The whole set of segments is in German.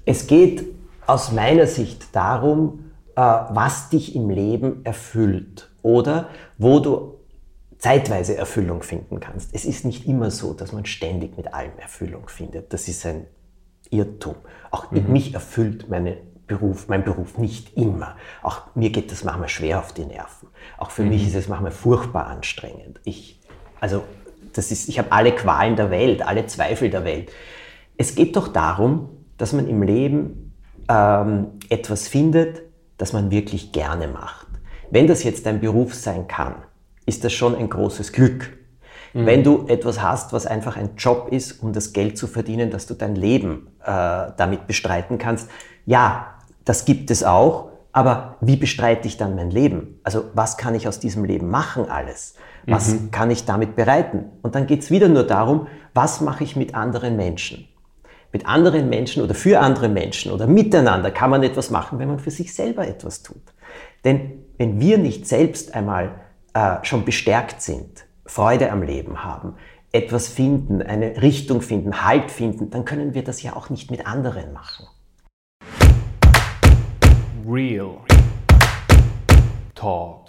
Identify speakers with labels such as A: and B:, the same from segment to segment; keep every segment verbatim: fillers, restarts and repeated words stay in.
A: Es geht aus meiner Sicht darum, äh, was dich im Leben erfüllt oder wo du zeitweise Erfüllung finden kannst. Es ist nicht immer so, dass man ständig mit allem Erfüllung findet. Das ist ein Irrtum. Auch mhm. mich erfüllt meine Beruf, mein Beruf nicht immer. Auch mir geht das manchmal schwer auf die Nerven. Auch für mhm. mich ist es manchmal furchtbar anstrengend. Ich, also, das ist, ich habe alle Qualen der Welt, alle Zweifel der Welt. Es geht doch darum, dass man im Leben ähm, etwas findet, das man wirklich gerne macht. Wenn das jetzt dein Beruf sein kann, ist das schon ein großes Glück. Mhm. Wenn du etwas hast, was einfach ein Job ist, um das Geld zu verdienen, dass du dein Leben äh, damit bestreiten kannst, ja, das gibt es auch, aber wie bestreite ich dann mein Leben? Also was kann ich aus diesem Leben machen alles? Was mhm. kann ich damit bereiten? Und dann geht es wieder nur darum, was mache ich mit anderen Menschen? Mit anderen Menschen oder für andere Menschen oder miteinander kann man etwas machen, wenn man für sich selber etwas tut. Denn wenn wir nicht selbst einmal äh, schon bestärkt sind, Freude am Leben haben, etwas finden, eine Richtung finden, Halt finden, dann können wir das ja auch nicht mit anderen machen.
B: Real Talk.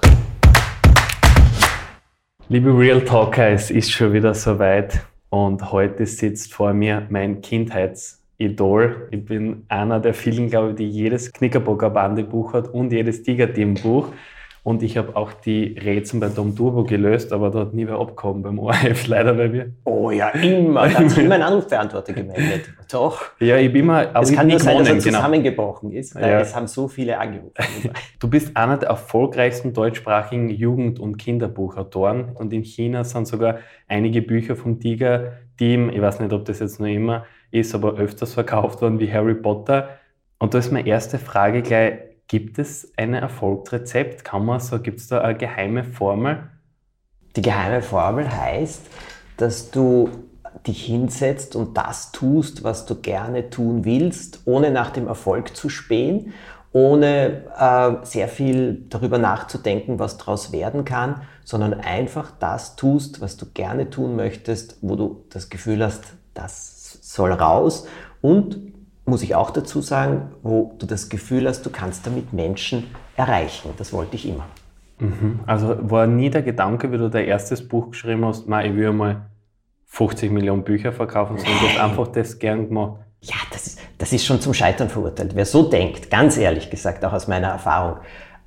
B: Liebe Real Talker, es ist schon wieder soweit und heute sitzt vor mir mein Kindheitsidol. Ich bin einer der vielen, glaube ich, die jedes Knickerbocker-Bande-Buch hat und jedes Tiger-Team-Buch. Und ich habe auch die Rätsel bei Tom Turbo gelöst, aber da hat nie wer abgekommen beim O R F, leider bei mir.
A: Oh ja, immer. Da hat sich immer ein Anrufbeantworter gemeldet. Doch.
B: Ja, ich bin mal.
A: Es kann nur sein, dass er zusammengebrochen ist, weil
B: ja.
A: es haben so viele angerufen.
B: Du bist einer der erfolgreichsten deutschsprachigen Jugend- und Kinderbuchautoren. Und in China sind sogar einige Bücher vom Tiger-Team, ich weiß nicht, ob das jetzt noch immer ist, aber öfters verkauft worden wie Harry Potter. Und da ist meine erste Frage gleich: Gibt es ein Erfolgsrezept? Kann man so, gibt es da eine geheime Formel?
A: Die geheime Formel heißt, dass du dich hinsetzt und das tust, was du gerne tun willst, ohne nach dem Erfolg zu spähen, ohne äh, sehr viel darüber nachzudenken, was daraus werden kann, sondern einfach das tust, was du gerne tun möchtest, wo du das Gefühl hast, das soll raus. Und muss ich auch dazu sagen, wo du das Gefühl hast, du kannst damit Menschen erreichen. Das wollte ich immer.
B: Mhm. Also war nie der Gedanke, wie du dein erstes Buch geschrieben hast, ich will mal fünfzig Millionen Bücher verkaufen, sondern du hast einfach das gern gemacht?
A: Ja, das ist, das ist schon zum Scheitern verurteilt. Wer so denkt, ganz ehrlich gesagt, auch aus meiner Erfahrung,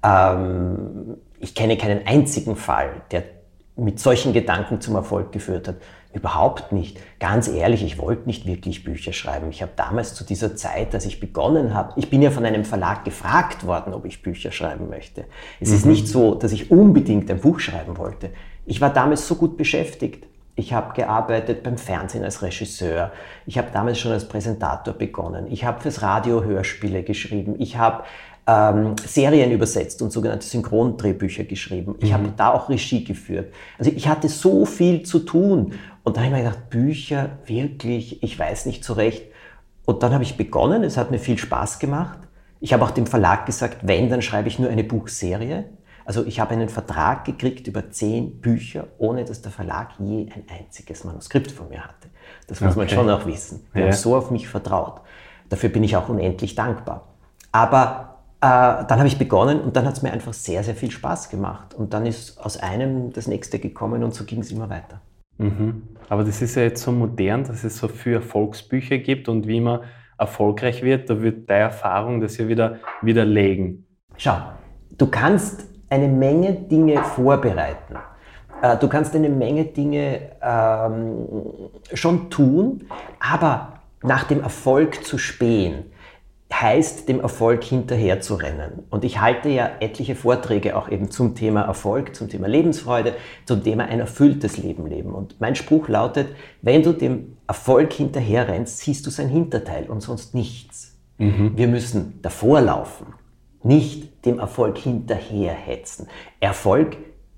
A: ähm, ich kenne keinen einzigen Fall, der mit solchen Gedanken zum Erfolg geführt hat. Überhaupt nicht. Ganz ehrlich, ich wollte nicht wirklich Bücher schreiben. Ich habe damals zu dieser Zeit, als ich begonnen habe, ich bin ja von einem Verlag gefragt worden, ob ich Bücher schreiben möchte. Es mhm. ist nicht so, dass ich unbedingt ein Buch schreiben wollte. Ich war damals so gut beschäftigt. Ich habe gearbeitet beim Fernsehen als Regisseur. Ich habe damals schon als Präsentator begonnen. Ich habe fürs Radio Hörspiele geschrieben. Ich habe ähm, Serien übersetzt und sogenannte Synchrondrehbücher geschrieben. Ich mhm. habe da auch Regie geführt. Also ich hatte so viel zu tun. Und da habe ich mir gedacht, Bücher, wirklich, ich weiß nicht so recht. Und dann habe ich begonnen, es hat mir viel Spaß gemacht. Ich habe auch dem Verlag gesagt, wenn, dann schreibe ich nur eine Buchserie. Also ich habe einen Vertrag gekriegt über zehn Bücher, ohne dass der Verlag je ein einziges Manuskript von mir hatte. Das muss okay. man schon auch wissen. Die ja. haben so auf mich vertraut. Dafür bin ich auch unendlich dankbar. Aber äh, dann habe ich begonnen und dann hat es mir einfach sehr, sehr viel Spaß gemacht. Und dann ist aus einem das nächste gekommen und so ging es immer weiter.
B: Mhm. Aber das ist ja jetzt so modern, dass es so viele Erfolgsbücher gibt und wie man erfolgreich wird, da wird deine Erfahrung das ja wieder widerlegen.
A: Schau, du kannst eine Menge Dinge vorbereiten. Du kannst eine Menge Dinge ähm, schon tun, aber nach dem Erfolg zu spähen, heißt, dem Erfolg hinterher zu rennen. Und ich halte ja etliche Vorträge auch eben zum Thema Erfolg, zum Thema Lebensfreude, zum Thema ein erfülltes Leben leben. Und mein Spruch lautet, wenn du dem Erfolg hinterher rennst, siehst du sein Hinterteil und sonst nichts. Mhm. Wir müssen davor laufen, nicht dem Erfolg hinterher hetzen. Erfolg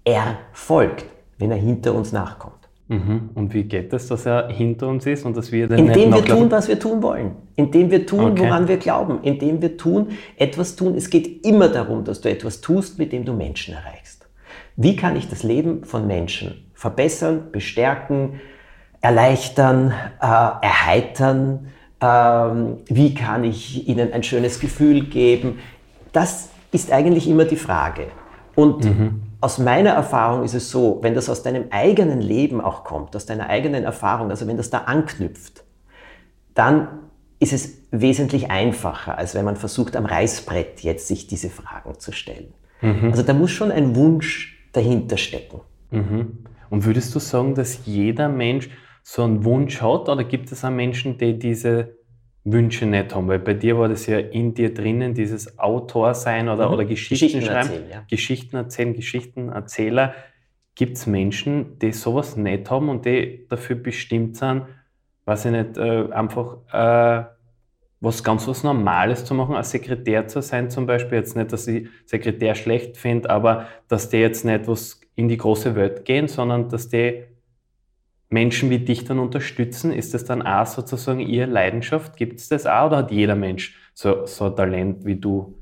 A: erfolgt, wenn er hinter uns nachkommt.
B: Mhm. Und wie geht es, dass er hinter uns ist und dass wir dann
A: indem wir tun, was wir tun wollen. Indem wir tun, okay. woran wir glauben. Indem wir tun, etwas tun. Es geht immer darum, dass du etwas tust, mit dem du Menschen erreichst. Wie kann ich das Leben von Menschen verbessern, bestärken, erleichtern, äh, erheitern, Ähm, wie kann ich ihnen ein schönes Gefühl geben? Das ist eigentlich immer die Frage. Und mhm. aus meiner Erfahrung ist es so, wenn das aus deinem eigenen Leben auch kommt, aus deiner eigenen Erfahrung, also wenn das da anknüpft, dann ist es wesentlich einfacher, als wenn man versucht, am Reißbrett jetzt sich diese Fragen zu stellen. Mhm. Also da muss schon ein Wunsch dahinter stecken.
B: Mhm. Und würdest du sagen, dass jeder Mensch so einen Wunsch hat, oder gibt es auch Menschen, die diese Wünsche nicht haben? Weil bei dir war das ja in dir drinnen, dieses Autor sein oder, mhm. oder Geschichten, Geschichten schreiben, erzählen, ja. Geschichten erzählen, Geschichtenerzähler. Gibt es Menschen, die sowas nicht haben und die dafür bestimmt sind, weiß ich nicht, äh, einfach äh, was ganz was Normales zu machen, als Sekretär zu sein zum Beispiel? Jetzt nicht, dass ich Sekretär schlecht finde, aber dass die jetzt nicht was in die große Welt gehen, sondern dass die Menschen wie dich dann unterstützen. Ist das dann auch sozusagen ihre Leidenschaft? Gibt es das auch, oder hat jeder Mensch so, so ein Talent wie du?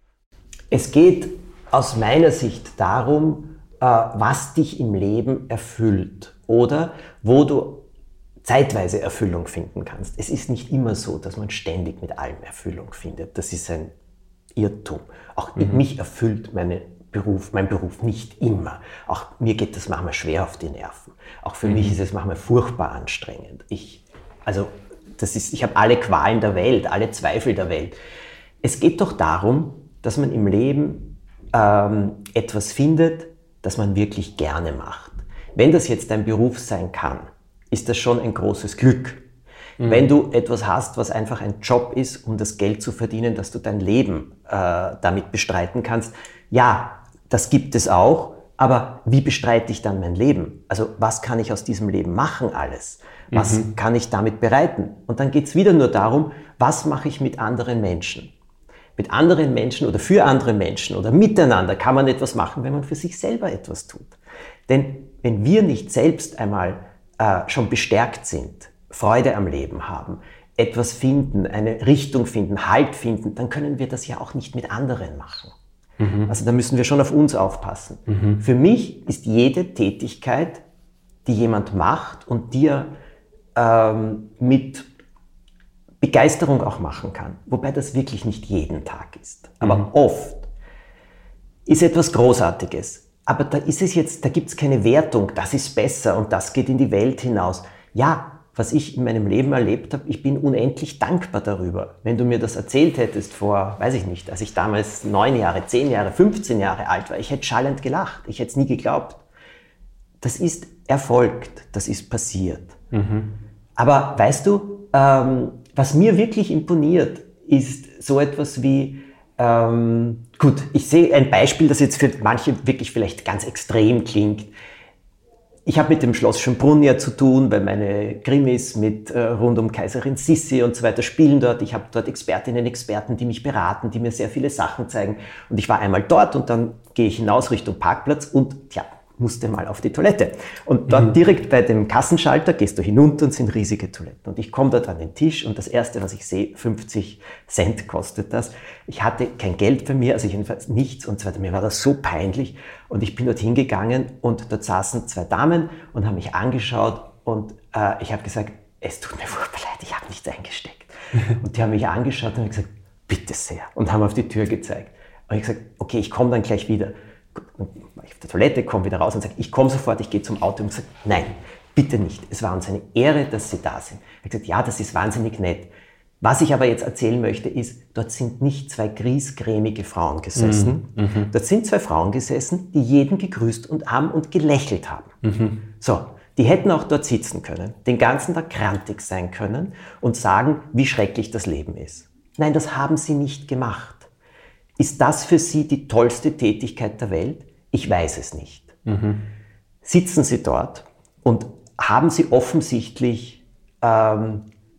A: Es geht aus meiner Sicht darum, äh, was dich im Leben erfüllt oder wo du zeitweise Erfüllung finden kannst. Es ist nicht immer so, dass man ständig mit allem Erfüllung findet. Das ist ein Irrtum. Auch mhm. mich erfüllt meine Beruf, mein Beruf nicht immer. Auch mir geht das manchmal schwer auf die Nerven. Auch für mhm. mich ist es manchmal furchtbar anstrengend. Ich, also das ist, ich habe alle Qualen der Welt, alle Zweifel der Welt. Es geht doch darum, dass man im Leben ähm, etwas findet, das man wirklich gerne macht. Wenn das jetzt dein Beruf sein kann, ist das schon ein großes Glück. Mhm. Wenn du etwas hast, was einfach ein Job ist, um das Geld zu verdienen, dass du dein Leben äh, damit bestreiten kannst, ja, das gibt es auch, aber wie bestreite ich dann mein Leben? Also was kann ich aus diesem Leben machen alles? Was mhm. kann ich damit bereiten? Und dann geht es wieder nur darum, was mache ich mit anderen Menschen? Mit anderen Menschen oder für andere Menschen oder miteinander kann man etwas machen, wenn man für sich selber etwas tut. Denn wenn wir nicht selbst einmal äh, schon bestärkt sind, Freude am Leben haben, etwas finden, eine Richtung finden, Halt finden, dann können wir das ja auch nicht mit anderen machen. Mhm. Also da müssen wir schon auf uns aufpassen. Mhm. Für mich ist jede Tätigkeit, die jemand macht und die er ähm, mit Begeisterung auch machen kann, wobei das wirklich nicht jeden Tag ist, aber mhm. oft, ist etwas Großartiges. Aber da ist es jetzt, da gibt es keine Wertung, das ist besser und das geht in die Welt hinaus. Ja, was ich in meinem Leben erlebt habe, ich bin unendlich dankbar darüber. Wenn du mir das erzählt hättest vor, weiß ich nicht, als ich damals neun Jahre, zehn Jahre, fünfzehn Jahre alt war, ich hätte schallend gelacht, ich hätte es nie geglaubt. Das ist erfolgt, das ist passiert. Mhm. Aber weißt du, ähm, was mir wirklich imponiert, ist so etwas wie, ähm, gut, ich sehe ein Beispiel, das jetzt für manche wirklich vielleicht ganz extrem klingt. Ich habe mit dem Schloss Schönbrunn ja zu tun, weil meine Krimis mit äh, rund um Kaiserin Sissi und so weiter spielen dort. Ich habe dort Expertinnen, Experten, die mich beraten, die mir sehr viele Sachen zeigen. Und ich war einmal dort und dann gehe ich hinaus Richtung Parkplatz und tja, musste mal auf die Toilette. Und dort mhm. direkt bei dem Kassenschalter gehst du hinunter und sind riesige Toiletten. Und ich komme dort an den Tisch und das Erste, was ich sehe, fünfzig Cent kostet das. Ich hatte kein Geld bei mir, also jedenfalls nichts und so weiter. Mir war das so peinlich. Und ich bin dort hingegangen und dort saßen zwei Damen und haben mich angeschaut und äh, ich habe gesagt, es tut mir furchtbar leid, ich habe nichts eingesteckt. Und die haben mich angeschaut und haben gesagt, bitte sehr. Und haben auf die Tür gezeigt. Und ich habe gesagt, okay, ich komme dann gleich wieder. Und ich auf der Toilette, komme wieder raus und sage, ich komme sofort, ich gehe zum Auto und sage, nein, bitte nicht. Es war uns eine Ehre, dass Sie da sind. Ich habe gesagt, ja, das ist wahnsinnig nett. Was ich aber jetzt erzählen möchte, ist, dort sind nicht zwei griesgrämige Frauen gesessen. Mhm. Mhm. Dort sind zwei Frauen gesessen, die jeden gegrüßt und haben und gelächelt haben. Mhm. So, die hätten auch dort sitzen können, den ganzen Tag grantig sein können und sagen, wie schrecklich das Leben ist. Nein, das haben sie nicht gemacht. Ist das für Sie die tollste Tätigkeit der Welt? Ich weiß es nicht. Mhm. Sitzen Sie dort und haben Sie offensichtlich ähm,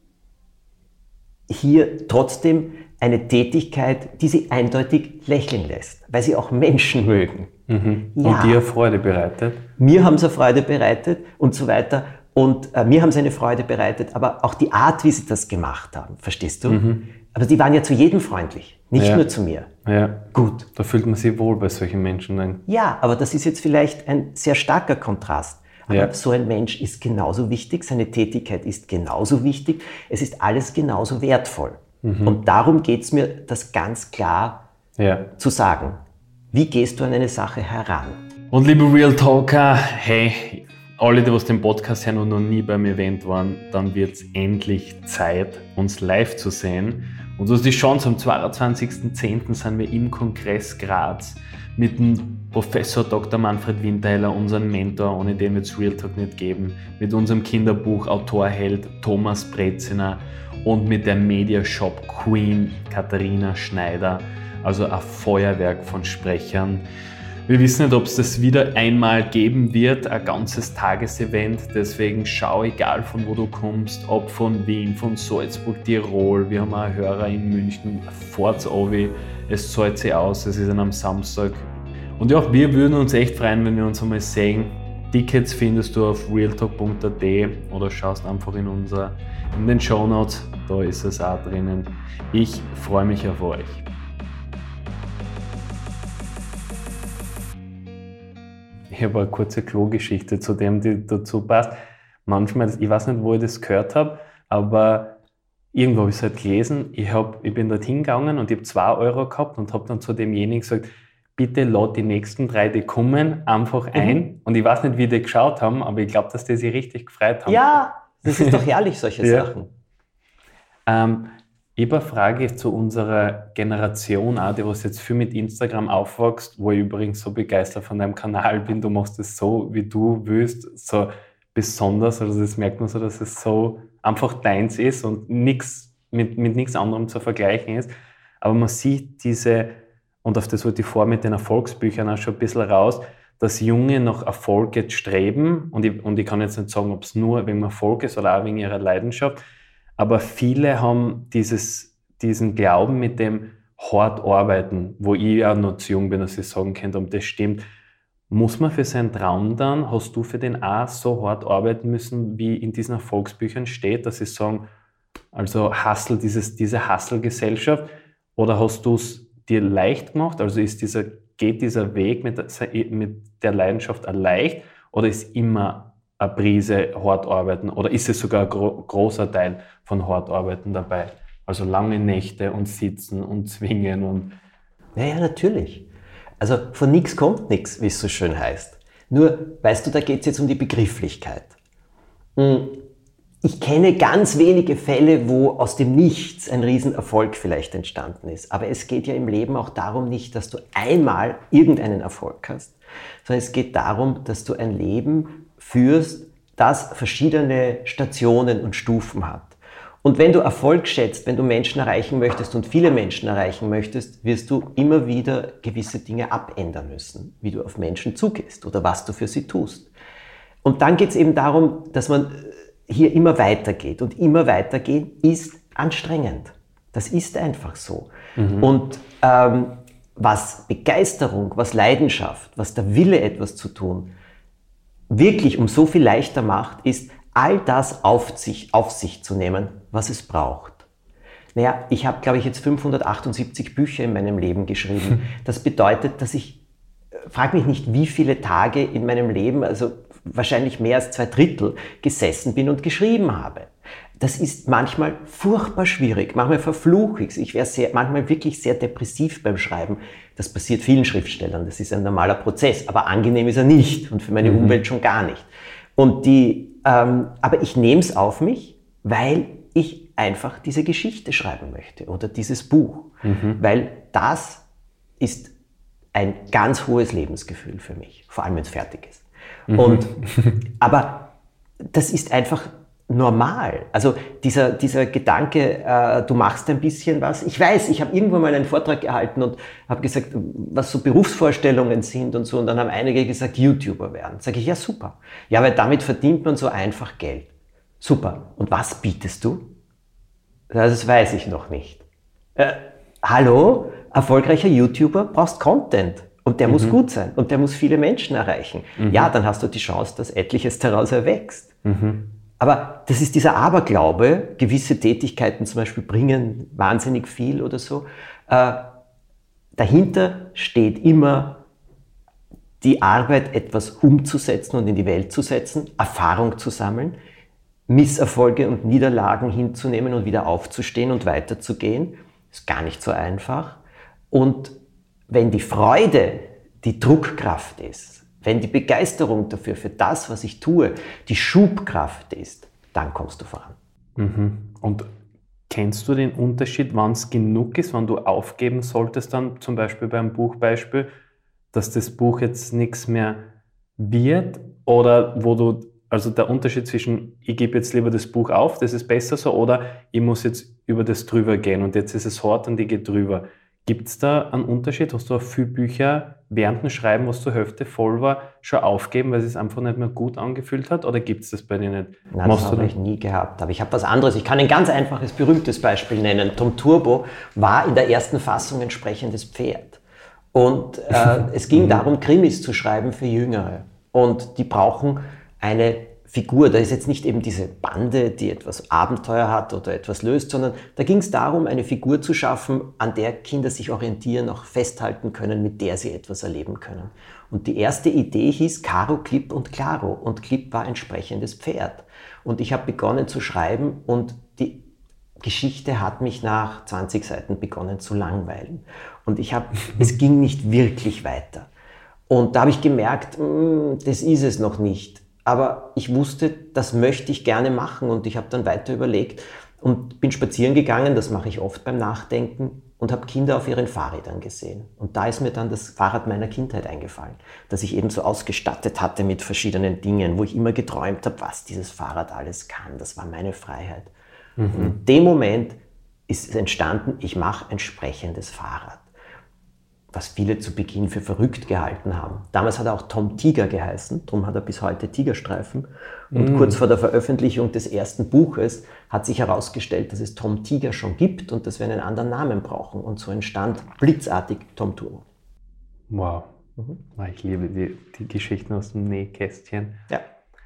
A: hier trotzdem eine Tätigkeit, die Sie eindeutig lächeln lässt, weil Sie auch Menschen mögen.
B: Mhm. Ja, und dir Freude bereitet?
A: Mir haben sie Freude bereitet und so weiter. Und äh, mir haben sie eine Freude bereitet, aber auch die Art, wie sie das gemacht haben, verstehst du? Mhm. Aber die waren ja zu jedem freundlich, nicht
B: ja.
A: nur zu mir.
B: Ja. Gut. Da fühlt man sich wohl bei solchen Menschen. Dann.
A: Ja, aber das ist jetzt vielleicht ein sehr starker Kontrast. Aber
B: Ja.
A: so ein Mensch ist genauso wichtig, seine Tätigkeit ist genauso wichtig, es ist alles genauso wertvoll.
B: Mhm.
A: Und darum geht es mir, das ganz klar
B: Ja.
A: zu sagen. Wie gehst du an eine Sache heran?
B: Und liebe Real Talker, hey, alle, die was den Podcast hören und noch nie beim Event waren, dann wird es endlich Zeit, uns live zu sehen. Und du hast die Chance, am zweiundzwanzigsten zehnten sind wir im Kongress Graz mit dem Professor Doktor Manfred Windheiler, unseren Mentor, ohne den wird es Real Talk nicht geben, mit unserem Kinderbuch Autorheld Thomas Breziner und mit der Mediashop Queen Katharina Schneider. Also ein Feuerwerk von Sprechern. Wir wissen nicht, ob es das wieder einmal geben wird, ein ganzes Tagesevent. Deswegen schau, egal von wo du kommst, ob von Wien, von Salzburg, Tirol. Wir haben auch Hörer in München, Forts Ovi. Es zahlt sich aus, es ist dann am Samstag. Und ja, wir würden uns echt freuen, wenn wir uns einmal sehen. Tickets findest du auf realtalk punkt a t oder schaust einfach in, unser, in den Shownotes, da ist es auch drinnen. Ich freue mich auf euch. Ich habe eine kurze Klogeschichte zu dem, die dazu passt. Manchmal, ich weiß nicht, wo ich das gehört habe, aber irgendwo habe ich es halt gelesen. Ich, hab, ich bin dort hingegangen und ich habe zwei Euro gehabt und habe dann zu demjenigen gesagt, bitte lad die nächsten drei, die kommen, einfach ein. Mhm. Und ich weiß nicht, wie die geschaut haben, aber ich glaube, dass die sich richtig gefreut haben.
A: Ja, das ist doch herrlich, solche
B: ja.
A: Sachen.
B: Ähm, Ich habe eine Frage zu unserer Generation, auch, die was jetzt viel mit Instagram aufwächst, wo ich übrigens so begeistert von deinem Kanal bin. Du machst es so, wie du willst, so besonders. Also das merkt man so, dass es so einfach deins ist und nix, mit, mit nichts anderem zu vergleichen ist. Aber man sieht diese, und auf das wollte ich vor mit den Erfolgsbüchern auch schon ein bisschen raus, dass Junge nach Erfolg jetzt streben. Und ich, und ich kann jetzt nicht sagen, ob es nur wegen Erfolg ist oder auch wegen ihrer Leidenschaft. Aber viele haben dieses, diesen Glauben mit dem hart arbeiten, wo ich ja noch zu jung bin, dass ich sagen könnte, und das stimmt. Muss man für seinen Traum dann, hast du für den auch so hart arbeiten müssen, wie in diesen Erfolgsbüchern steht, dass sie sagen, also Hustle, dieses, diese Hustle-Gesellschaft, oder hast du es dir leicht gemacht? Also ist dieser, geht dieser Weg mit, mit der Leidenschaft leicht oder ist immer eine Prise hart arbeiten oder ist es sogar ein gro- großer Teil von hart arbeiten dabei? Also lange Nächte und Sitzen und Zwingen und...
A: Naja, natürlich. Also von nichts kommt nichts, wie es so schön heißt. Nur, weißt du, da geht es jetzt um die Begrifflichkeit. Ich kenne ganz wenige Fälle, wo aus dem Nichts ein Riesenerfolg vielleicht entstanden ist. Aber es geht ja im Leben auch darum nicht, dass du einmal irgendeinen Erfolg hast, sondern es geht darum, dass du ein Leben führst, das verschiedene Stationen und Stufen hat. Und wenn du Erfolg schätzt, wenn du Menschen erreichen möchtest und viele Menschen erreichen möchtest, wirst du immer wieder gewisse Dinge abändern müssen, wie du auf Menschen zugehst oder was du für sie tust. Und dann geht es eben darum, dass man hier immer weitergeht. Und immer weitergehen ist anstrengend. Das ist einfach so. Mhm. Und ähm, was Begeisterung, was Leidenschaft, was der Wille, etwas zu tun, wirklich um so viel leichter macht, ist, all das auf sich, auf sich zu nehmen, was es braucht. Naja, ich habe, glaube ich, jetzt fünfhundertachtundsiebzig Bücher in meinem Leben geschrieben. Das bedeutet, dass ich, frag mich nicht, wie viele Tage in meinem Leben, also wahrscheinlich mehr als zwei Drittel, gesessen bin und geschrieben habe. Das ist manchmal furchtbar schwierig, manchmal verfluche ich es. Ich wäre sehr, manchmal wirklich sehr depressiv beim Schreiben. Das passiert vielen Schriftstellern, das ist ein normaler Prozess, aber angenehm ist er nicht und für meine mhm. Umwelt schon gar nicht. Und die, ähm, aber ich nehme es auf mich, weil ich einfach diese Geschichte schreiben möchte oder dieses Buch, mhm. weil das ist ein ganz hohes Lebensgefühl für mich, vor allem wenn es fertig ist. Mhm. Und, aber das ist einfach normal. Also dieser, dieser Gedanke, äh, du machst ein bisschen was. Ich weiß, ich habe irgendwann mal einen Vortrag gehalten und habe gesagt, was so Berufsvorstellungen sind und so. Und dann haben einige gesagt, YouTuber werden. Sage ich, ja super. Ja, weil damit verdient man so einfach Geld. Super. Und was bietest du? Das weiß ich noch nicht. Äh, hallo? Erfolgreicher YouTuber brauchst Content. Und der mhm. muss gut sein. Und der muss viele Menschen erreichen. Mhm. Ja, dann hast du die Chance, dass etliches daraus erwächst. Mhm. Aber das ist dieser Aberglaube, gewisse Tätigkeiten zum Beispiel bringen wahnsinnig viel oder so. Äh, dahinter steht immer die Arbeit, etwas umzusetzen und in die Welt zu setzen, Erfahrung zu sammeln, Misserfolge und Niederlagen hinzunehmen und wieder aufzustehen und weiterzugehen. Ist gar nicht so einfach. Und wenn die Freude die Druckkraft ist, wenn die Begeisterung dafür, für das, was ich tue, die Schubkraft ist, dann kommst du voran.
B: Mhm. Und kennst du den Unterschied, wann es genug ist, wann du aufgeben solltest, dann zum Beispiel beim Buchbeispiel, dass das Buch jetzt nichts mehr wird? Oder wo du, also der Unterschied zwischen, ich gebe jetzt lieber das Buch auf, das ist besser so, oder ich muss jetzt über das drüber gehen und jetzt ist es hart und ich gehe drüber. Gibt es da einen Unterschied? Hast du auch viele Bücher während dem Schreiben, was zur Hälfte voll war, schon aufgeben, weil es sich einfach nicht mehr gut angefühlt hat? Oder gibt es das bei dir nicht?
A: Nein, das habe ich nie gehabt. Aber ich habe was anderes. Ich kann ein ganz einfaches, berühmtes Beispiel nennen. Tom Turbo war in der ersten Fassung ein sprechendes Pferd. Und äh, es ging darum, Krimis zu schreiben für Jüngere. Und die brauchen eine Figur. Da ist jetzt nicht eben diese Bande, die etwas Abenteuer hat oder etwas löst, sondern da ging es darum, eine Figur zu schaffen, an der Kinder sich orientieren, auch festhalten können, mit der sie etwas erleben können. Und die erste Idee hieß Caro, Clip und Claro. Und Clip war ein sprechendes Pferd. Und ich habe begonnen zu schreiben und die Geschichte hat mich nach zwanzig Seiten begonnen zu langweilen. Und ich habe, es ging nicht wirklich weiter. Und da habe ich gemerkt, mh, das ist es noch nicht. Aber ich wusste, das möchte ich gerne machen und ich habe dann weiter überlegt und bin spazieren gegangen, das mache ich oft beim Nachdenken, und habe Kinder auf ihren Fahrrädern gesehen. Und da ist mir dann das Fahrrad meiner Kindheit eingefallen, das ich eben so ausgestattet hatte mit verschiedenen Dingen, wo ich immer geträumt habe, was dieses Fahrrad alles kann. Das war meine Freiheit. Mhm. Und in dem Moment ist es entstanden, ich mache ein sprechendes Fahrrad, was viele zu Beginn für verrückt gehalten haben. Damals hat er auch Tom Tiger geheißen, darum hat er bis heute Tigerstreifen. Und mm. kurz vor der Veröffentlichung des ersten Buches hat sich herausgestellt, dass es Tom Tiger schon gibt und dass wir einen anderen Namen brauchen. Und so entstand blitzartig Tom Turbo.
B: Wow, mhm. Ich liebe die, die Geschichten aus dem Nähkästchen.
A: Ja.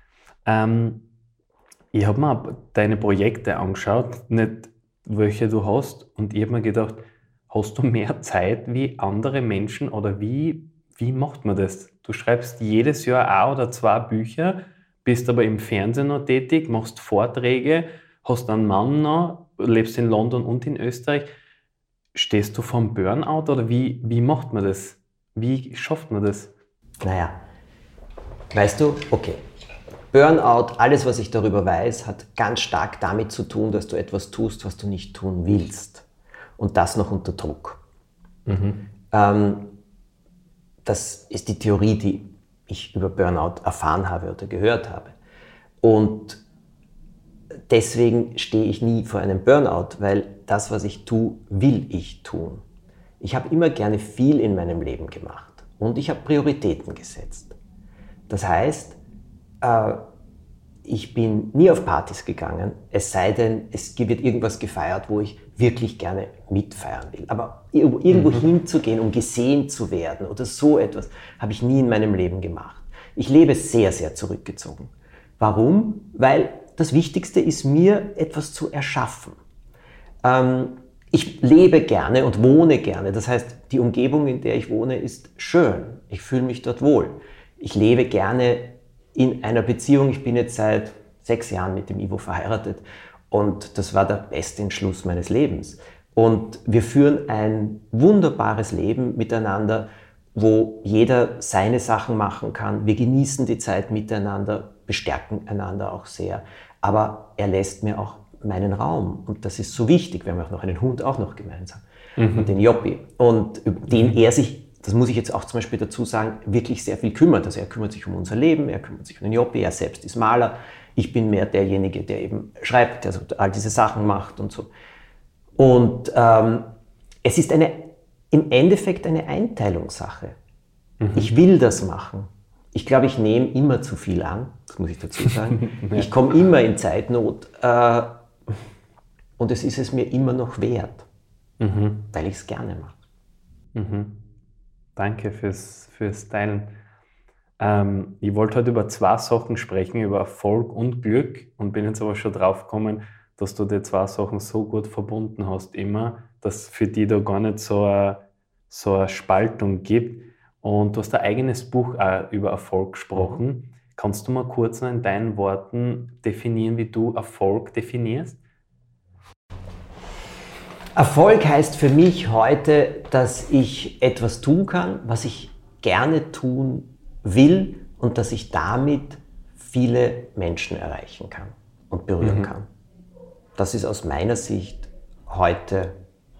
B: Ähm, ich habe mir deine Projekte angeschaut, nicht welche du hast, und ich habe mir gedacht, hast du mehr Zeit wie andere Menschen oder wie, wie macht man das? Du schreibst jedes Jahr ein oder zwei Bücher, bist aber im Fernsehen noch tätig, machst Vorträge, hast einen Mann noch, lebst in London und in Österreich. Stehst du vorm Burnout oder wie, wie macht man das? Wie schafft man das?
A: Naja, weißt du, okay. Burnout, alles was ich darüber weiß, hat ganz stark damit zu tun, dass du etwas tust, was du nicht tun willst. Und das noch unter Druck. Mhm. Ähm, das ist die Theorie, die ich über Burnout erfahren habe oder gehört habe. Und deswegen stehe ich nie vor einem Burnout, weil das, was ich tue, will ich tun. Ich habe immer gerne viel in meinem Leben gemacht und ich habe Prioritäten gesetzt. Das heißt, äh, ich bin nie auf Partys gegangen, es sei denn, es wird irgendwas gefeiert, wo ich wirklich gerne mitfeiern will. Aber irgendwo mhm. hinzugehen, um gesehen zu werden oder so etwas, habe ich nie in meinem Leben gemacht. Ich lebe sehr, sehr zurückgezogen. Warum? Weil das Wichtigste ist mir, etwas zu erschaffen. Ähm, ich lebe gerne und wohne gerne. Das heißt, die Umgebung, in der ich wohne, ist schön. Ich fühle mich dort wohl. Ich lebe gerne in einer Beziehung. Ich bin jetzt seit sechs Jahren mit dem Ivo verheiratet und das war der beste Entschluss meines Lebens. Und wir führen ein wunderbares Leben miteinander, wo jeder seine Sachen machen kann. Wir genießen die Zeit miteinander, bestärken einander auch sehr. Aber er lässt mir auch meinen Raum und das ist so wichtig. Wir haben auch noch einen Hund, auch noch gemeinsam, mhm. und den Joppi. Und den er sich, das muss ich jetzt auch zum Beispiel dazu sagen, wirklich sehr viel kümmert. Also er kümmert sich um unser Leben, er kümmert sich um den Joppi, er selbst ist Maler. Ich bin mehr derjenige, der eben schreibt, der so all diese Sachen macht und so. Und ähm, es ist eine, im Endeffekt eine Einteilungssache. Mhm. Ich will das machen. Ich glaube, ich nehme immer zu viel an, das muss ich dazu sagen. Ja. Ich komme immer in Zeitnot äh, und es ist es mir immer noch wert, mhm. weil ich es gerne mache.
B: Mhm. Danke fürs, fürs Teilen. Ähm, ich wollte heute über zwei Sachen sprechen, über Erfolg und Glück, und bin jetzt aber schon drauf gekommen, dass du die zwei Sachen so gut verbunden hast immer, dass für die da gar nicht so eine, so eine Spaltung gibt. Und du hast ein eigenes Buch auch über Erfolg gesprochen. Mhm. Kannst du mal kurz noch in deinen Worten definieren, wie du Erfolg definierst?
A: Erfolg heißt für mich heute, dass ich etwas tun kann, was ich gerne tun will und dass ich damit viele Menschen erreichen kann und berühren mhm. kann. Das ist aus meiner Sicht heute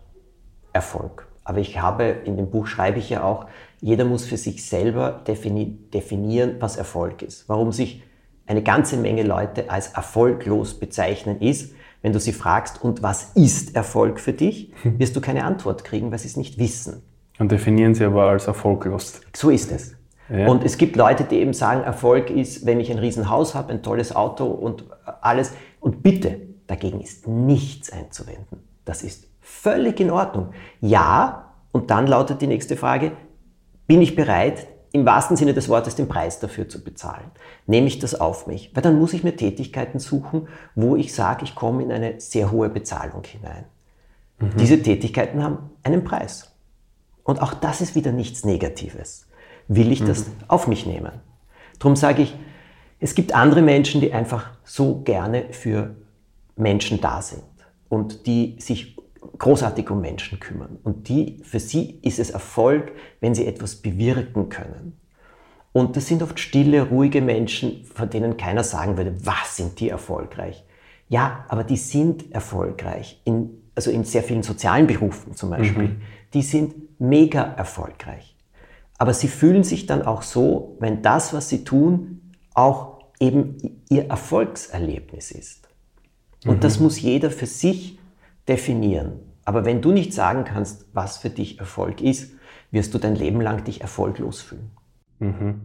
A: Erfolg. Aber ich habe, in dem Buch schreibe ich ja auch, jeder muss für sich selber defini- definieren, was Erfolg ist. Warum sich eine ganze Menge Leute als erfolglos bezeichnen ist, wenn du sie fragst, und was ist Erfolg für dich, wirst du keine Antwort kriegen, weil sie es nicht wissen.
B: Und definieren sie aber als erfolglos.
A: So ist es. Ja. Und es gibt Leute, die eben sagen, Erfolg ist, wenn ich ein Riesenhaus habe, ein tolles Auto und alles. Und bitte, dagegen ist nichts einzuwenden. Das ist völlig in Ordnung. Ja, und dann lautet die nächste Frage, bin ich bereit, im wahrsten Sinne des Wortes den Preis dafür zu bezahlen? Nehme ich das auf mich? Weil dann muss ich mir Tätigkeiten suchen, wo ich sage, ich komme in eine sehr hohe Bezahlung hinein. Mhm. Diese Tätigkeiten haben einen Preis. Und auch das ist wieder nichts Negatives. Will ich das mhm. auf mich nehmen? Darum sage ich, es gibt andere Menschen, die einfach so gerne für Menschen da sind und die sich großartig um Menschen kümmern. Und die, für sie ist es Erfolg, wenn sie etwas bewirken können. Und das sind oft stille, ruhige Menschen, von denen keiner sagen würde, was sind die erfolgreich? Ja, aber die sind erfolgreich, in, also in sehr vielen sozialen Berufen zum Beispiel. Mhm. Die sind mega erfolgreich. Aber sie fühlen sich dann auch so, wenn das, was sie tun, auch eben ihr Erfolgserlebnis ist. Und mhm. das muss jeder für sich definieren. Aber wenn du nicht sagen kannst, was für dich Erfolg ist, wirst du dein Leben lang dich erfolglos fühlen.
B: Mhm.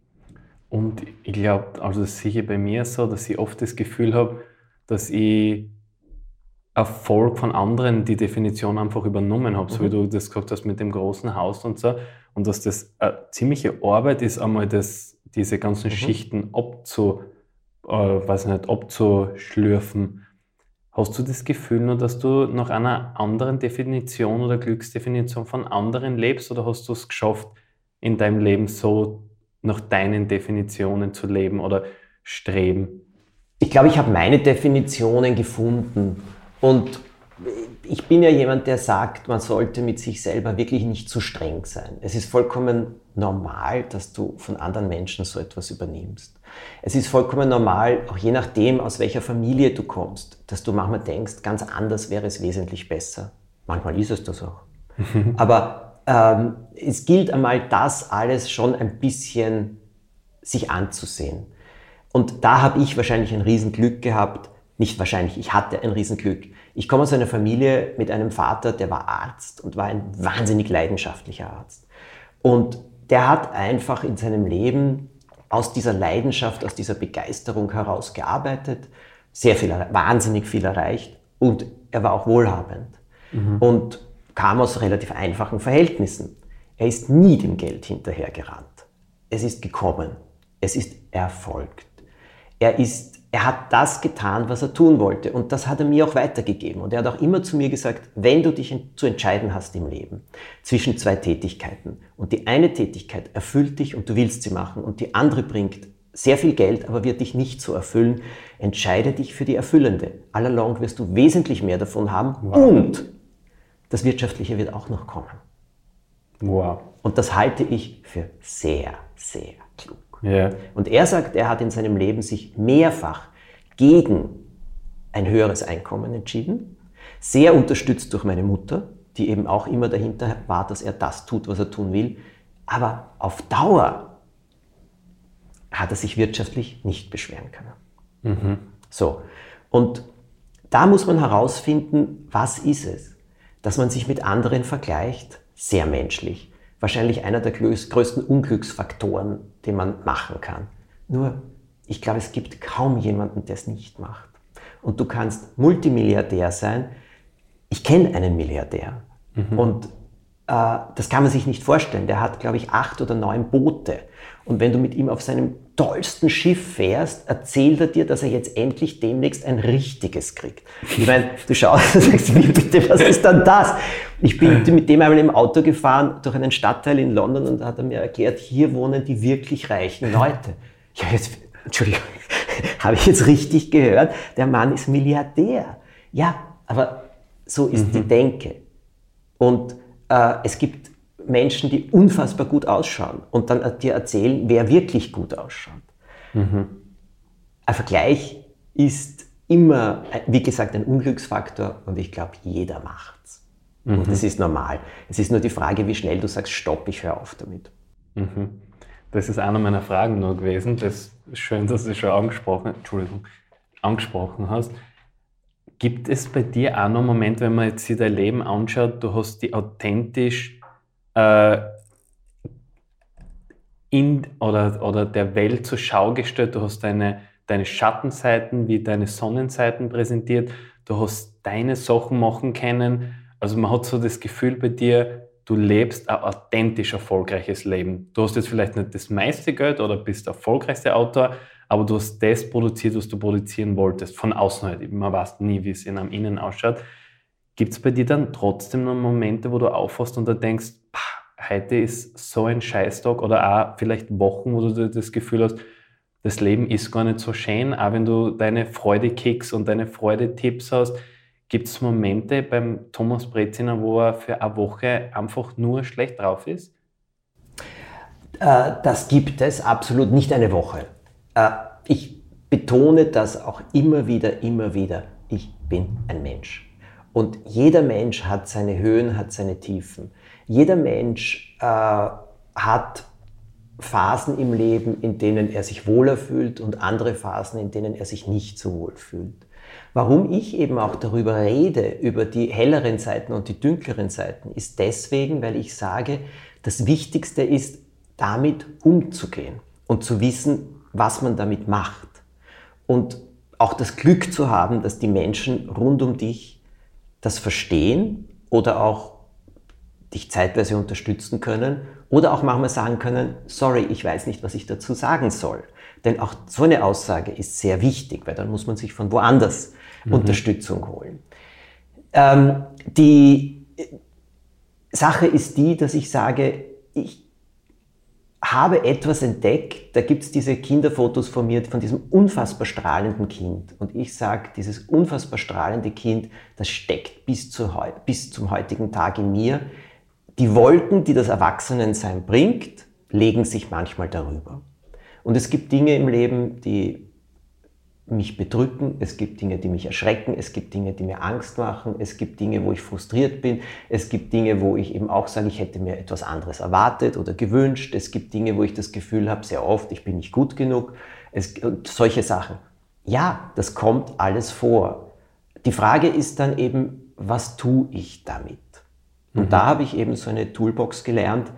B: Und ich glaube, also das sehe ich bei mir so, dass ich oft das Gefühl habe, dass ich Erfolg von anderen die Definition einfach übernommen habe, mhm. so wie du das gesagt hast mit dem großen Haus und so. Und dass das eine ziemliche Arbeit ist, einmal das, diese ganzen mhm. Schichten abzu, äh, weiß nicht, abzuschlürfen. Hast du das Gefühl nur, dass du nach einer anderen Definition oder Glücksdefinition von anderen lebst, oder hast du es geschafft, in deinem Leben so nach deinen Definitionen zu leben oder streben?
A: Ich glaube, ich habe meine Definitionen gefunden, und ich bin ja jemand, der sagt, man sollte mit sich selber wirklich nicht zu streng sein. Es ist vollkommen normal, dass du von anderen Menschen so etwas übernimmst. Es ist vollkommen normal, auch je nachdem, aus welcher Familie du kommst, dass du manchmal denkst, ganz anders wäre es wesentlich besser. Manchmal ist es das auch. Aber ähm, es gilt einmal, das alles schon ein bisschen sich anzusehen. Und da habe ich wahrscheinlich ein Riesenglück gehabt. Nicht wahrscheinlich, ich hatte ein Riesenglück. Ich komme aus einer Familie mit einem Vater, der war Arzt und war ein wahnsinnig leidenschaftlicher Arzt. Und der hat einfach in seinem Leben aus dieser Leidenschaft, aus dieser Begeisterung heraus gearbeitet, sehr viel, wahnsinnig viel erreicht, und er war auch wohlhabend mhm. und kam aus relativ einfachen Verhältnissen. Er ist nie dem Geld hinterhergerannt. Es ist gekommen. Es ist erfolgt. Er ist Er hat das getan, was er tun wollte, und das hat er mir auch weitergegeben. Und er hat auch immer zu mir gesagt, wenn du dich zu entscheiden hast im Leben zwischen zwei Tätigkeiten und die eine Tätigkeit erfüllt dich und du willst sie machen und die andere bringt sehr viel Geld, aber wird dich nicht so erfüllen, entscheide dich für die erfüllende. All along wirst du wesentlich mehr davon haben wow. und das Wirtschaftliche wird auch noch kommen.
B: Wow.
A: Und das halte ich für sehr, sehr klug.
B: Yeah.
A: Und er sagt, er hat in seinem Leben sich mehrfach gegen ein höheres Einkommen entschieden, sehr unterstützt durch meine Mutter, die eben auch immer dahinter war, dass er das tut, was er tun will. Aber auf Dauer hat er sich wirtschaftlich nicht beschweren können.
B: Mhm.
A: So. Und da muss man herausfinden, was ist es, dass man sich mit anderen vergleicht, sehr menschlich. Wahrscheinlich einer der größten Unglücksfaktoren, den man machen kann. Nur, ich glaube, es gibt kaum jemanden, der es nicht macht. Und du kannst Multimilliardär sein. Ich kenne einen Milliardär. Mhm. Und äh, das kann man sich nicht vorstellen. Der hat, glaube ich, acht oder neun Boote. Und wenn du mit ihm auf seinem tollsten Schiff fährst, erzählt er dir, dass er jetzt endlich demnächst ein richtiges kriegt. Ich meine, du schaust und sagst, wie bitte, was ist dann das? Ich bin mit dem einmal im Auto gefahren durch einen Stadtteil in London und da hat er mir erklärt, hier wohnen die wirklich reichen Leute. Ja, jetzt, Entschuldigung, habe ich jetzt richtig gehört? Der Mann ist Milliardär. Ja, aber so ist mhm. die Denke. Und äh, es gibt Menschen, die unfassbar gut ausschauen und dann dir erzählen, wer wirklich gut ausschaut. Mhm. Ein Vergleich ist immer, wie gesagt, ein Unglücksfaktor und ich glaube, jeder macht's. Mhm. Und das ist normal. Es ist nur die Frage, wie schnell du sagst, stopp, ich höre auf damit.
B: Mhm. Das ist eine meiner Fragen nur gewesen. Das ist schön, dass du schon angesprochen, Entschuldigung, angesprochen hast. Gibt es bei dir auch noch einen Moment, wenn man jetzt sich dein Leben anschaut, du hast die authentisch äh, in oder, oder der Welt zur Schau gestellt, du hast deine, deine Schattenseiten wie deine Sonnenseiten präsentiert, du hast deine Sachen machen können. Also man hat so das Gefühl bei dir, du lebst ein authentisch erfolgreiches Leben. Du hast jetzt vielleicht nicht das meiste Geld oder bist der erfolgreichste Autor, aber du hast das produziert, was du produzieren wolltest. Von außen halt. Man weiß nie, wie es in einem Innen ausschaut. Gibt es bei dir dann trotzdem noch Momente, wo du aufwachst und da denkst, pah, heute ist so ein Scheißtag oder auch vielleicht Wochen, wo du das Gefühl hast, das Leben ist gar nicht so schön, auch wenn du deine Freude-Kicks und deine Freude-Tipps hast. Gibt es Momente beim Thomas Breziner, wo er für eine Woche einfach nur schlecht drauf ist?
A: Äh, das gibt es, absolut nicht eine Woche. Äh, ich betone das auch immer wieder, immer wieder. Ich bin ein Mensch. Und jeder Mensch hat seine Höhen, hat seine Tiefen. Jeder Mensch äh, hat Phasen im Leben, in denen er sich wohler fühlt und andere Phasen, in denen er sich nicht so wohl fühlt. Warum ich eben auch darüber rede, über die helleren Seiten und die dunkleren Seiten, ist deswegen, weil ich sage, das Wichtigste ist, damit umzugehen und zu wissen, was man damit macht. Und auch das Glück zu haben, dass die Menschen rund um dich das verstehen oder auch dich zeitweise unterstützen können oder auch manchmal sagen können, sorry, ich weiß nicht, was ich dazu sagen soll. Denn auch so eine Aussage ist sehr wichtig, weil dann muss man sich von woanders mhm. Unterstützung holen. Ähm, die Sache ist die, dass ich sage, ich habe etwas entdeckt, da gibt es diese Kinderfotos von mir, von diesem unfassbar strahlenden Kind. Und ich sage, dieses unfassbar strahlende Kind, das steckt bis, zu, bis zum heutigen Tag in mir. Die Wolken, die das Erwachsenensein bringt, legen sich manchmal darüber. Und es gibt Dinge im Leben, die mich bedrücken, es gibt Dinge, die mich erschrecken, es gibt Dinge, die mir Angst machen, es gibt Dinge, wo ich frustriert bin, es gibt Dinge, wo ich eben auch sage, ich hätte mir etwas anderes erwartet oder gewünscht, es gibt Dinge, wo ich das Gefühl habe, sehr oft, ich bin nicht gut genug, es, solche Sachen. Ja, das kommt alles vor. Die Frage ist dann eben, was tue ich damit? Und mhm. da habe ich eben so eine Toolbox gelernt,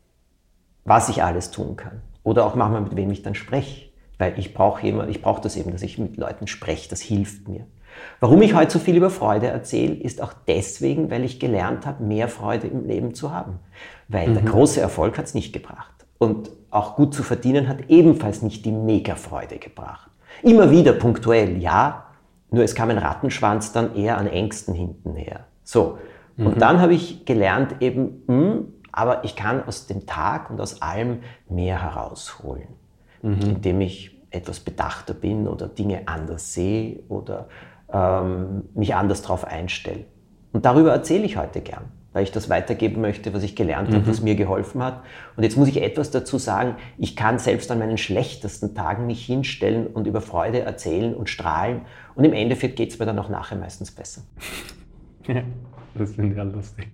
A: was ich alles tun kann. Oder auch manchmal, mit wem ich dann spreche. Weil ich brauche jemand, ich brauche das eben, dass ich mit Leuten spreche, das hilft mir. Warum ich heute so viel über Freude erzähle, ist auch deswegen, weil ich gelernt habe, mehr Freude im Leben zu haben. Weil mhm. der große Erfolg hat es nicht gebracht. Und auch gut zu verdienen hat ebenfalls nicht die Mega-Freude gebracht. Immer wieder punktuell, ja, nur es kam ein Rattenschwanz dann eher an Ängsten hinten her. So, mhm. und dann habe ich gelernt eben, mh, aber ich kann aus dem Tag und aus allem mehr herausholen. Mhm. Indem ich etwas bedachter bin oder Dinge anders sehe oder ähm, mich anders darauf einstelle. Und darüber erzähle ich heute gern, weil ich das weitergeben möchte, was ich gelernt mhm. habe, was mir geholfen hat. Und jetzt muss ich etwas dazu sagen, ich kann selbst an meinen schlechtesten Tagen mich hinstellen und über Freude erzählen und strahlen. Und im Endeffekt geht es mir dann auch nachher meistens besser.
B: Ja, das finde ich ja lustig.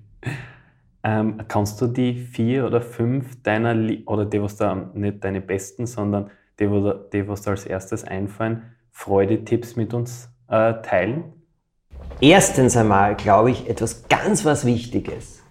B: Ähm, kannst du die vier oder fünf deiner, oder die, was da nicht deine besten, sondern die, die was da als erstes einfallen, Freudetipps mit uns äh, teilen?
A: Erstens einmal, glaube ich, etwas ganz was Wichtiges.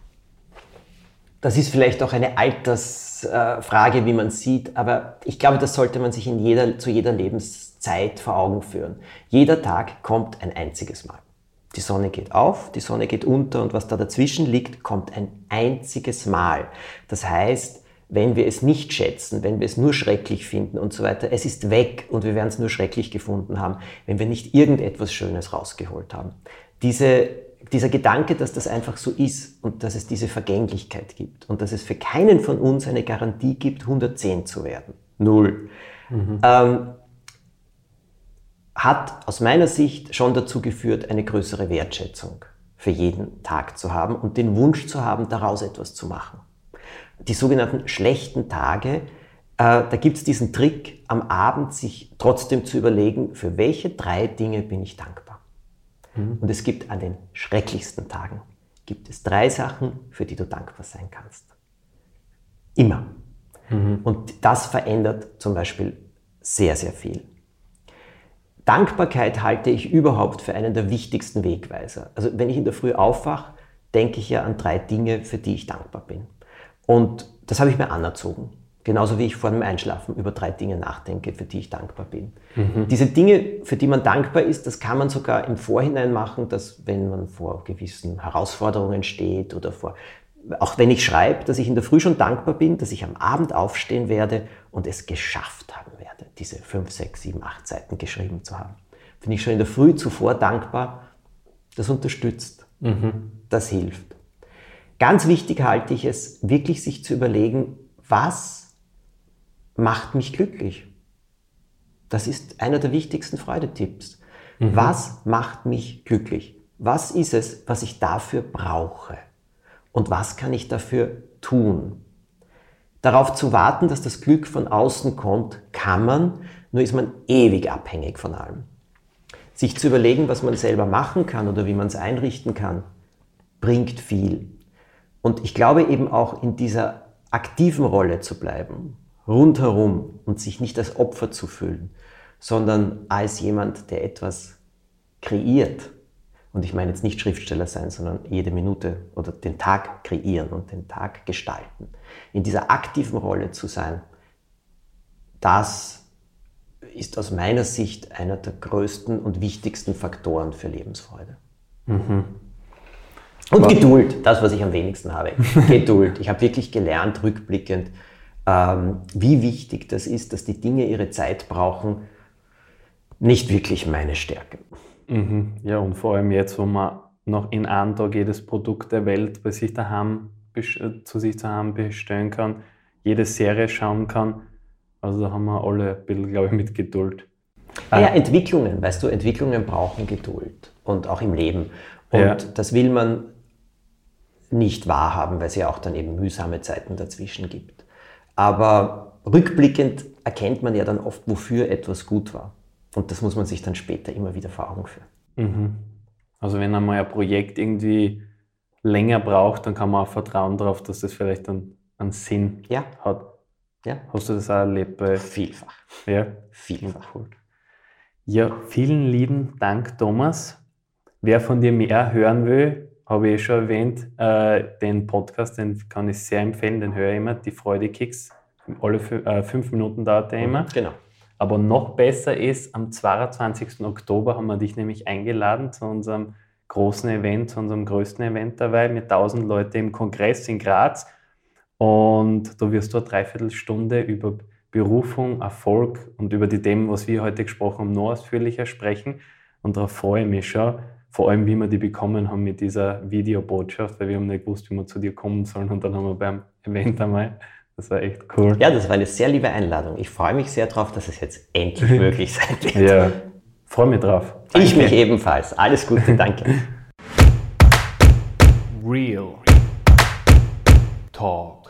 A: Das ist vielleicht auch eine Altersfrage, äh, wie man sieht, aber ich glaube, das sollte man sich in jeder, zu jeder Lebenszeit vor Augen führen. Jeder Tag kommt ein einziges Mal. Die Sonne geht auf, die Sonne geht unter und was da dazwischen liegt, kommt ein einziges Mal. Das heißt, wenn wir es nicht schätzen, wenn wir es nur schrecklich finden und so weiter, es ist weg und wir werden es nur schrecklich gefunden haben, wenn wir nicht irgendetwas Schönes rausgeholt haben. Diese dieser Gedanke, dass das einfach so ist und dass es diese Vergänglichkeit gibt und dass es für keinen von uns eine Garantie gibt, hundertzehn zu werden. Null. Mhm. Ähm, hat aus meiner Sicht schon dazu geführt, eine größere Wertschätzung für jeden Tag zu haben und den Wunsch zu haben, daraus etwas zu machen. Die sogenannten schlechten Tage, äh, da gibt es diesen Trick, am Abend sich trotzdem zu überlegen, für welche drei Dinge bin ich dankbar. Mhm. Und es gibt an den schrecklichsten Tagen, gibt es drei Sachen, für die du dankbar sein kannst. Immer. Mhm. Und das verändert zum Beispiel sehr, sehr viel. Dankbarkeit halte ich überhaupt für einen der wichtigsten Wegweiser. Also wenn ich in der Früh aufwache, denke ich ja an drei Dinge, für die ich dankbar bin. Und das habe ich mir anerzogen. Genauso wie ich vor dem Einschlafen über drei Dinge nachdenke, für die ich dankbar bin. Mhm. Diese Dinge, für die man dankbar ist, das kann man sogar im Vorhinein machen, dass wenn man vor gewissen Herausforderungen steht oder vor, auch wenn ich schreibe, dass ich in der Früh schon dankbar bin, dass ich am Abend aufstehen werde und es geschafft haben werde, diese fünf, sechs, sieben, acht Seiten geschrieben zu haben. Bin ich schon in der Früh zuvor dankbar, das unterstützt, mhm. das hilft. Ganz wichtig halte ich es, wirklich sich zu überlegen, was macht mich glücklich? Das ist einer der wichtigsten Freudetipps. Mhm. Was macht mich glücklich? Was ist es, was ich dafür brauche? Und was kann ich dafür tun? Darauf zu warten, dass das Glück von außen kommt, kann man, nur ist man ewig abhängig von allem. Sich zu überlegen, was man selber machen kann oder wie man es einrichten kann, bringt viel. Und ich glaube eben auch in dieser aktiven Rolle zu bleiben, rundherum und sich nicht als Opfer zu fühlen, sondern als jemand, der etwas kreiert. Und ich meine jetzt nicht Schriftsteller sein, sondern jede Minute oder den Tag kreieren und den Tag gestalten. In dieser aktiven Rolle zu sein, das ist aus meiner Sicht einer der größten und wichtigsten Faktoren für Lebensfreude. Mhm. Und was? Geduld, das, was ich am wenigsten habe. Geduld. Ich habe wirklich gelernt, rückblickend, ähm, wie wichtig das ist, dass die Dinge ihre Zeit brauchen. Nicht wirklich meine Stärke.
B: Mhm. Ja, und vor allem jetzt, wo man noch in einem Tag jedes Produkt der Welt bei sich daheim, zu sich daheim bestellen kann, jede Serie schauen kann. Also da haben wir alle ein bisschen, glaube ich, mit Geduld.
A: Ja, ja, Entwicklungen, weißt du, Entwicklungen brauchen Geduld und auch im Leben. Und ja. Das will man nicht wahrhaben, weil es ja auch dann eben mühsame Zeiten dazwischen gibt. Aber rückblickend erkennt man ja dann oft, wofür etwas gut war. Und das muss man sich dann später immer wieder vor Augen führen.
B: Mhm. Also wenn einmal ein Projekt irgendwie länger braucht, dann kann man auch vertrauen darauf, dass das vielleicht dann einen Sinn
A: ja.
B: hat.
A: Ja.
B: Hast du das auch erlebt? Bei
A: Vielfach.
B: Ja,
A: vielfach.
B: Cool. Ja, vielen lieben Dank, Thomas. Wer von dir mehr hören will, habe ich eh schon erwähnt, äh, den Podcast, den kann ich sehr empfehlen, den höre ich immer, die Freude-Kicks. Alle fü- äh, fünf Minuten dauert der immer.
A: Genau.
B: Aber noch besser ist, am zweiundzwanzigsten Oktober haben wir dich nämlich eingeladen zu unserem großen Event, zu unserem größten Event dabei, mit tausend Leuten im Kongress in Graz. Und da wirst du eine Dreiviertelstunde über Berufung, Erfolg und über die Themen, was wir heute gesprochen haben, noch ausführlicher sprechen. Und darauf freue ich mich schon. Vor allem, wie wir die bekommen haben mit dieser Videobotschaft, weil wir haben nicht gewusst, wie wir zu dir kommen sollen. Und dann haben wir beim Event einmal, das war echt cool.
A: Ja, das war eine sehr liebe Einladung. Ich freue mich sehr drauf, dass es jetzt endlich möglich sein wird.
B: Ja, freue mich drauf.
A: Danke. Ich mich ebenfalls. Alles Gute, danke.
B: Real Talk.